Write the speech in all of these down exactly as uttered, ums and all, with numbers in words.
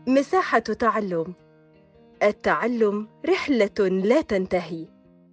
مساحة تعلم. التعلم رحلة لا تنتهي.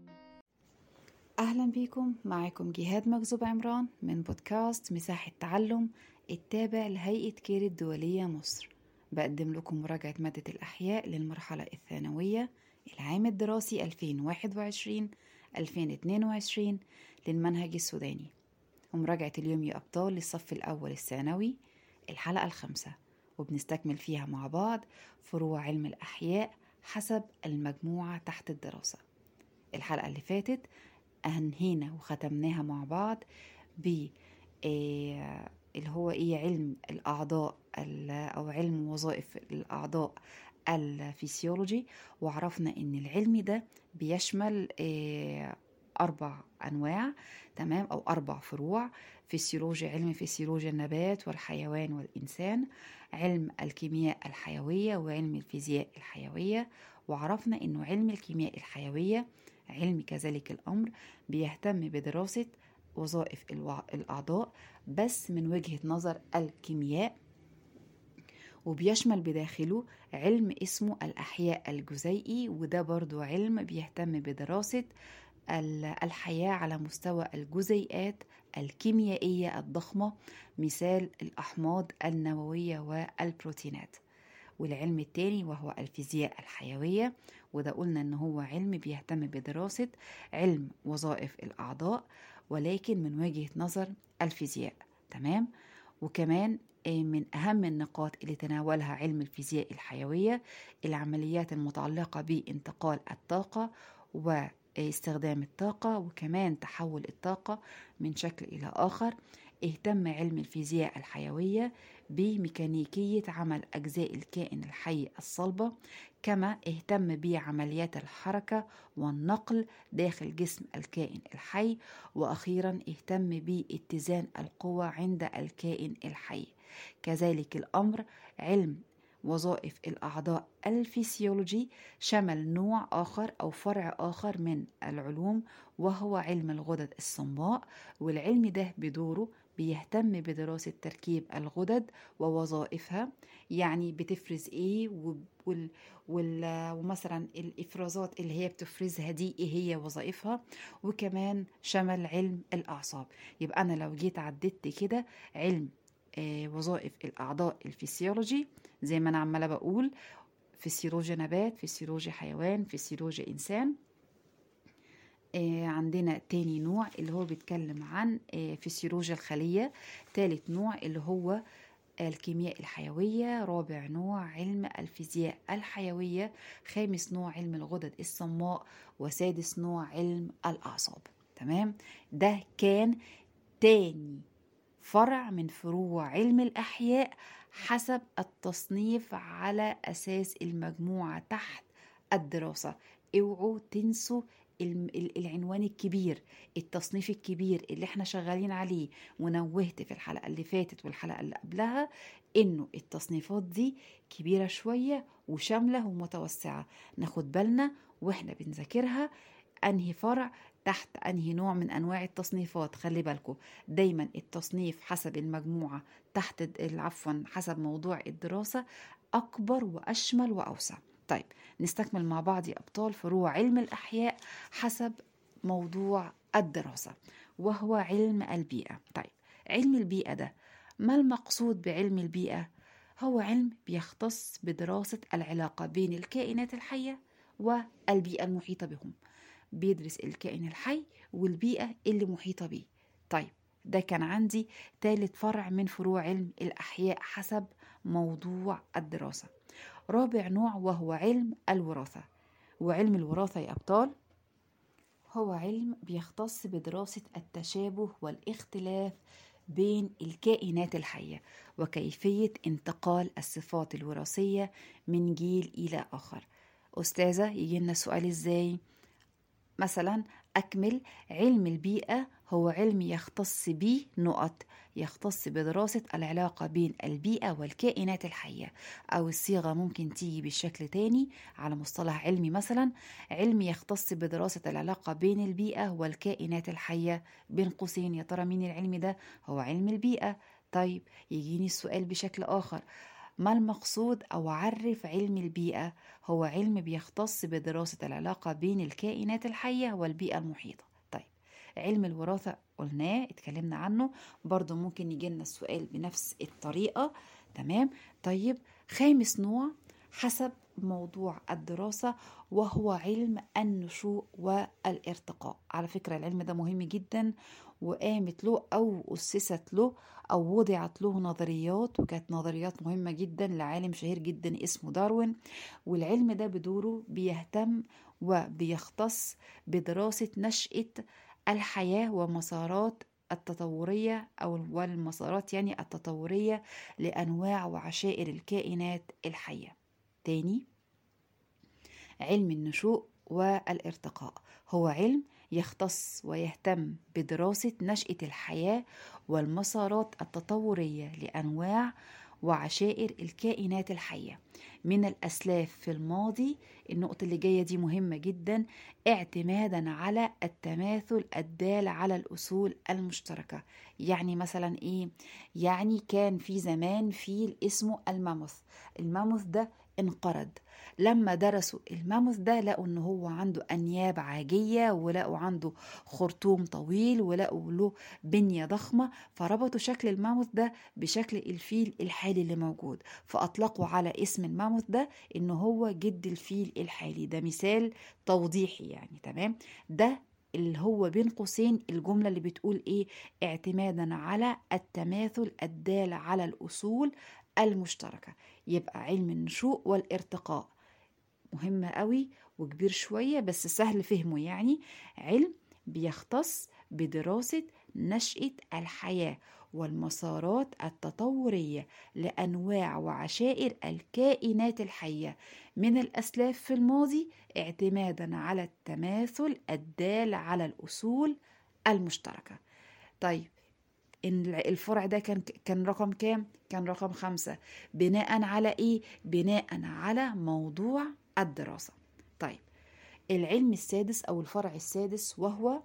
أهلا بكم، معكم جهاد مكذوب عمران من بودكاست مساحة تعلم التابع لهيئة كير الدولية مصر. بقدم لكم مراجعة مادة الأحياء للمرحلة الثانوية العام الدراسي ألفين وواحد وعشرين ألفين واثنين وعشرين للمنهج السوداني، ومراجعة اليوم يا أبطال للصف الأول الثانوي الحلقة الخامسة، وبنستكمل فيها مع بعض فروع علم الأحياء حسب المجموعة تحت الدراسة. الحلقة اللي فاتت أنهينا وختمناها مع بعض ب إيه اللي هو إيه علم الأعضاء أو علم وظائف الأعضاء الفسيولوجي، وعرفنا إن العلم ده بيشمل إيه أربع أنواع، تمام، أو أربع فروع: فسيولوجيا، علم فسيولوجيا النبات والحيوان والإنسان، علم الكيمياء الحيوية، وعلم الفيزياء الحيوية. وعرفنا إنه علم الكيمياء الحيوية علم كذلك الأمر بيهتم بدراسة وظائف الأعضاء بس من وجهة نظر الكيمياء، وبيشمل بداخله علم اسمه الأحياء الجزيئي، وده برضو علم بيهتم بدراسة الحياة على مستوى الجزيئات الكيميائية الضخمة، مثال الأحماض النووية والبروتينات. والعلم التاني وهو الفيزياء الحيوية، وده قلنا ان هو علم بيهتم بدراسة علم وظائف الأعضاء ولكن من وجهة نظر الفيزياء، تمام. وكمان من أهم النقاط اللي تناولها علم الفيزياء الحيوية العمليات المتعلقة بانتقال الطاقة واستخدام الطاقة، وكمان تحول الطاقة من شكل إلى آخر. اهتم علم الفيزياء الحيوية بميكانيكية عمل أجزاء الكائن الحي الصلبة، كما اهتم بعمليات الحركة والنقل داخل جسم الكائن الحي، وأخيرا اهتم باتزان القوى عند الكائن الحي. كذلك الأمر علم وظائف الأعضاء الفسيولوجي شمل نوع آخر أو فرع آخر من العلوم، وهو علم الغدد الصماء، والعلم ده بدوره بيهتم بدراسة تركيب الغدد ووظائفها، يعني بتفرز ايه وال... وال... ومثلا الإفرازات اللي هي بتفرزها دي ايه هي وظائفها. وكمان شمل علم الأعصاب. يبقى أنا لو جيت عددت كده علم آه وظائف الأعضاء الفسيولوجي زي ما أنا عمالة بقول: فسيولوجيا نبات، فسيولوجيا حيوان، فسيولوجيا إنسان. عندنا تاني نوع اللي هو بيتكلم عن فسيولوجيا الخلية، ثالث نوع اللي هو الكيمياء الحيوية، رابع نوع علم الفيزياء الحيوية، خامس نوع علم الغدد الصماء، وسادس نوع علم الأعصاب. تمام، ده كان تاني فرع من فروع علم الأحياء حسب التصنيف على أساس المجموعة تحت الدراسة. اوعوا تنسوا العنوان الكبير، التصنيف الكبير اللي احنا شغالين عليه، ونوهت في الحلقة اللي فاتت والحلقة اللي قبلها انه التصنيفات دي كبيرة شوية وشاملة ومتوسعة. ناخد بالنا واحنا بنذاكرها انهي فرع تحت انهي نوع من انواع التصنيفات. خلي بالكم دايما التصنيف حسب المجموعة تحت عفوا حسب موضوع الدراسة اكبر واشمل واوسع. طيب نستكمل مع بعض يا أبطال فروع علم الأحياء حسب موضوع الدراسة، وهو علم البيئة. طيب علم البيئة ده ما المقصود بعلم البيئة؟ هو علم بيختص بدراسة العلاقة بين الكائنات الحية والبيئة المحيطة بهم، بيدرس الكائن الحي والبيئة اللي محيطة به. طيب ده كان عندي ثالث فرع من فروع علم الأحياء حسب موضوع الدراسة. رابع نوع وهو علم الوراثة. وعلم الوراثة يا أبطال هو علم بيختص بدراسة التشابه والاختلاف بين الكائنات الحية وكيفية انتقال الصفات الوراثية من جيل إلى آخر. أستاذة يجي لنا سؤال إزاي؟ مثلا أكمل: علم البيئة هو علم يختص به نقط يختص بدراسة العلاقة بين البيئة والكائنات الحية، أو الصيغة ممكن تيجي بالشكل تاني على مصطلح علمي، مثلا علم يختص بدراسة العلاقة بين البيئة والكائنات الحية، بين قوسين يا ترى مين العلم ده؟ هو علم البيئة. طيب يجيني السؤال بشكل آخر: ما المقصود أو عرف علم البيئة؟ هو علم بيختص بدراسة العلاقة بين الكائنات الحية والبيئة المحيطة. طيب، علم الوراثة قلناه، اتكلمنا عنه، برضو ممكن يجي لنا السؤال بنفس الطريقة. تمام. طيب، خامس نوع حسب موضوع الدراسة وهو علم النشوء والارتقاء. على فكرة العلم ده مهم جدا، وقامت له أو أسست له أو وضعت له نظريات، وكانت نظريات مهمة جدا لعالم شهير جدا اسمه داروين. والعلم ده بدوره بيهتم وبيختص بدراسة نشأة الحياة ومسارات التطورية أو والمسارات يعني التطورية لأنواع وعشائر الكائنات الحية. تاني، علم النشوء والارتقاء هو علم يختص ويهتم بدراسة نشأة الحياة والمسارات التطورية لأنواع وعشائر الكائنات الحية من الأسلاف في الماضي. النقطة اللي جاية دي مهمة جدا، اعتمادا على التماثل الدال على الأصول المشتركة. يعني مثلا إيه؟ يعني كان في زمان فيل اسمه الماموث، الماموث ده انقرض. لما درسوا الماموث ده لقوا ان هو عنده انياب عاجية، ولقوا عنده خرطوم طويل، ولقوا له بنية ضخمة، فربطوا شكل الماموث ده بشكل الفيل الحالي اللي موجود، فاطلقوا على اسم الماموث ده ان هو جد الفيل الحالي. ده مثال توضيحي يعني. تمام. ده اللي هو بين قوسين الجملة اللي بتقول ايه؟ اعتمادا على التماثل الدال على الأصول المشتركة. يبقى علم النشوء والارتقاء مهم قوي وكبير شوية بس سهل فهمه. يعني علم بيختص بدراسة نشأة الحياة والمسارات التطورية لأنواع وعشائر الكائنات الحية من الأسلاف في الماضي، اعتمادا على التماثل الدال على الأصول المشتركة. طيب، إن الفرع ده كان كان رقم كام؟ كان رقم خمسة. بناء على إيه؟ بناء على موضوع الدراسة. طيب، العلم السادس أو الفرع السادس وهو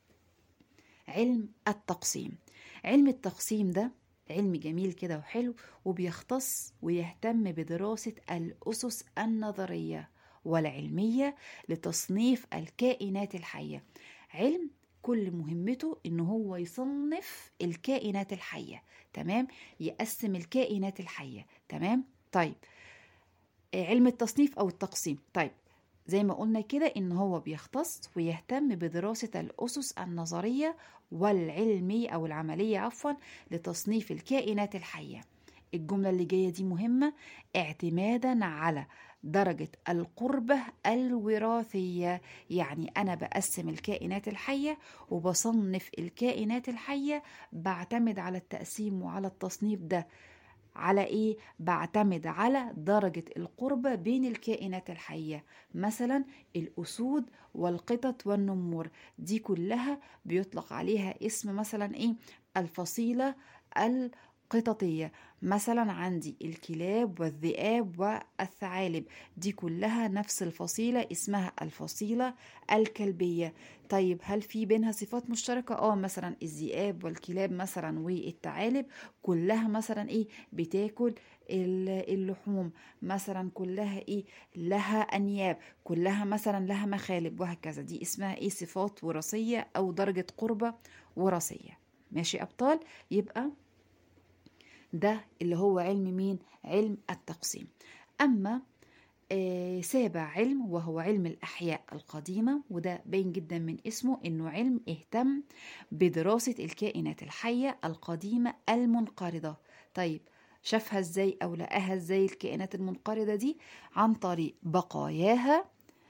علم التقسيم. علم التقسيم ده علم جميل كده وحلو، وبيختص ويهتم بدراسة الأسس النظرية والعلمية لتصنيف الكائنات الحية. علم كل مهمته إن هو يصنف الكائنات الحية. تمام. يقسم الكائنات الحية. تمام. طيب، علم التصنيف أو التقسيم. طيب، زي ما قلنا كده إن هو بيختص ويهتم بدراسة الأسس النظرية والعلمية أو العملية عفوا لتصنيف الكائنات الحية. الجملة اللي جاية دي مهمة، اعتمادا على درجة القربة الوراثية. يعني أنا بقسم الكائنات الحية وبصنف الكائنات الحية، بعتمد على التقسيم وعلى التصنيف ده على إيه؟ بعتمد على درجة القربة بين الكائنات الحية. مثلا الأسود والقطط والنمور، دي كلها بيطلق عليها اسم مثلا إيه؟ الفصيلة القططية. مثلا عندي الكلاب والذئاب والثعالب، دي كلها نفس الفصيلة اسمها الفصيلة الكلبية. طيب، هل في بينها صفات مشتركة؟ اه مثلا الذئاب والكلاب مثلا والثعالب كلها مثلا ايه؟ بتاكل اللحوم مثلا، كلها ايه؟ لها انياب، كلها مثلا لها مخالب، وهكذا. دي اسمها ايه؟ صفات وراثية او درجة قربة وراثية. ماشي ابطال؟ يبقى ده اللي هو علم مين؟ علم التقسيم. اما آه سابع علم وهو علم الأحياء القديمة، وده باين جدا من اسمه إنه علم اهتم بدراسة الكائنات الحية القديمة المنقرضة. طيب، شافها ازاي أو لقاها ازاي الكائنات المنقرضة دي؟ عن طريق بقاياها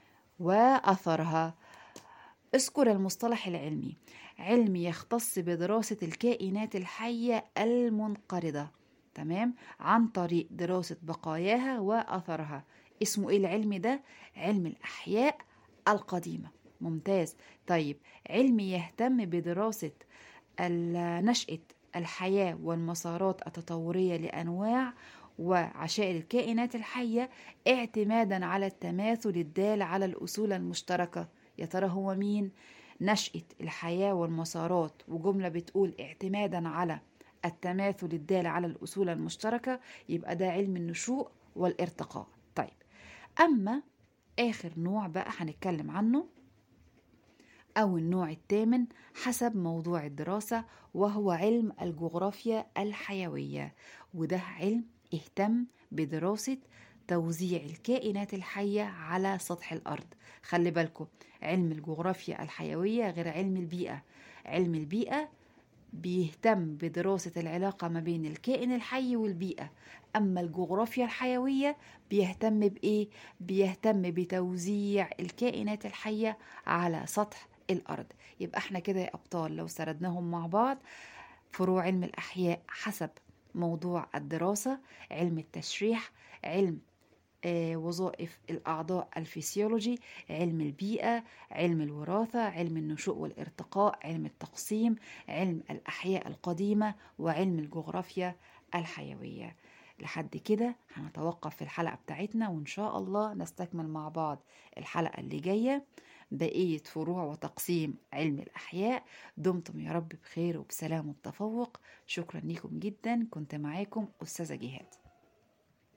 وأثرها. اذكر المصطلح العلمي: علم يختص بدراسة الكائنات الحية المنقرضة. تمام. عن طريق دراسة بقاياها وأثرها. اسمه ايه العلم ده؟ علم الأحياء القديمة. ممتاز. طيب، علم يهتم بدراسة نشأة الحياة والمسارات التطورية لأنواع وعشائر الكائنات الحية اعتمادا على التماثل الدال على الأصول المشتركة. يا ترى هو مين؟ نشأة الحياة والمسارات، وجملة بتقول اعتمادا على التماثل الدال على الأصول المشتركة، يبقى ده علم النشوء والارتقاء. طيب، أما آخر نوع بقى هنتكلم عنه أو النوع الثامن حسب موضوع الدراسة، وهو علم الجغرافيا الحيوية. وده علم اهتم بدراسة توزيع الكائنات الحية على سطح الأرض. خلي بالكم، علم الجغرافيا الحيوية غير علم البيئة. علم البيئة بيهتم بدراسة العلاقة ما بين الكائن الحي والبيئة، أما الجغرافيا الحيوية بيهتم بإيه؟ بيهتم بتوزيع الكائنات الحية على سطح الأرض. يبقى احنا كده يا أبطال لو سردناهم مع بعض: فروع علم الأحياء حسب موضوع الدراسة، علم التشريح، علم آه، وظائف الأعضاء الفسيولوجي، علم البيئة، علم الوراثة، علم النشوء والارتقاء، علم التقسيم، علم الأحياء القديمة، وعلم الجغرافيا الحيوية. لحد كده هنتوقف في الحلقة بتاعتنا، وإن شاء الله نستكمل مع بعض الحلقة اللي جاية بقية فروع وتقسيم علم الأحياء. دمتم يا رب بخير وبسلام وبتفوق. شكرا لكم جدا، كنت معاكم أستاذة جهاد.